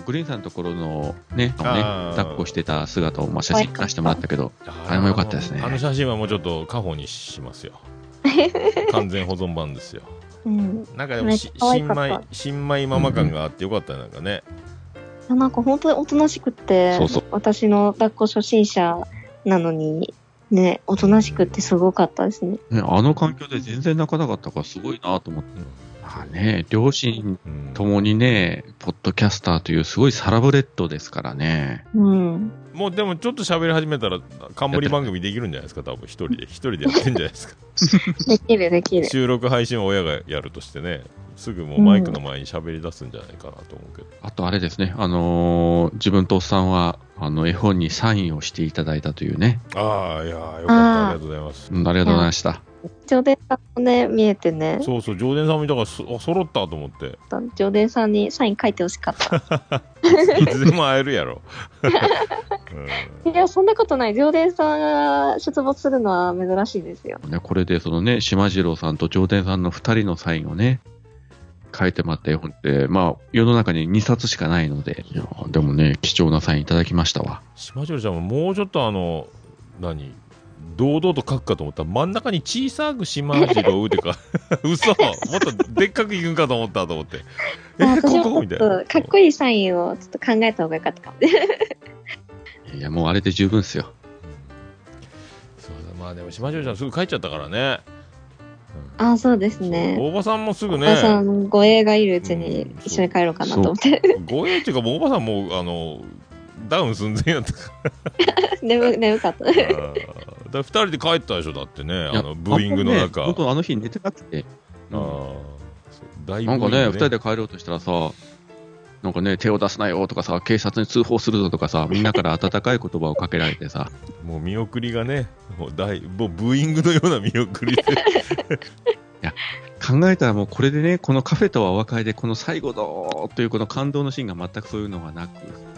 グリーンさんのところのね、抱っこしてた姿を、まあ、写真出してもらったけど、あれも良かったですね。 あの写真はもうちょっと過保にしますよ。完全保存版ですよ。 うん、 なんかでも新米ママ感があってよかったね、なんかね。 なんか本当におとなしくて、私の抱っこ初心者なのに、ね、おとなしくってすごかったですね。 あの環境で全然泣かなかったからすごいなと思って。まあね、両親ともにね、ポッドキャスターというすごいサラブレッドですからね。 うん。 もうでもちょっと喋り始めたら冠番組できるんじゃないですか、多分一人でやってんじゃないですか。 できる。 収録配信は親がやるとしてね、すぐもうマイクの前に喋り出すんじゃないかなと思うけど。 あとあれですね、自分とおっさんは、絵本にサインをしていただいたというね。 ああ、いやよかった、ありがとうございます。 ありがとうございました。 上田さんもね、見えてね。 そうそう、上田さんもだから揃ったと思って。 上田さんにサイン書いてほしかった。 いつでも会えるやろ。 いや、そんなことない。上田さんが出没するのは珍しいですよ。 ね、これでそのね、島次郎さんと上田さんの2人のサインをね、書いてもらった絵本って、まあ、世の中に2冊しかないので、いやでもね、貴重なサインいただきましたわ。 島次郎ちゃんももうちょっと堂々と書くかと思ったら真ん中に小さく島次郎ってか嘘もっとでっかくいくんかと思ったと思ってここみたいなかっこいいサインをちょっと考えた方がよかったかもいやもうあれで十分っすよ。 そうだ、まあでも島次郎ちゃんすぐ帰っちゃったからね。 あ、そうですね。 大場さんもすぐね。 大場さん護衛がいるうちに一緒に帰ろうかなと思って護衛っていうかもう大場さんもダウン寸前やったから眠かった 2人で帰ったでしょ、だってね、ブーイングの中。 僕あの日寝てなくて。 なんかね、2人で帰ろうとしたらさ、なんかね、手を出すなよとかさ、警察に通報するぞとかさ、みんなから温かい言葉をかけられてさ。 もう見送りがね、もうブーイングのような見送りで。いや、考えたらもうこれでね、このカフェとはお別れで、この最後だというこの感動のシーンが全くそういうのがなく。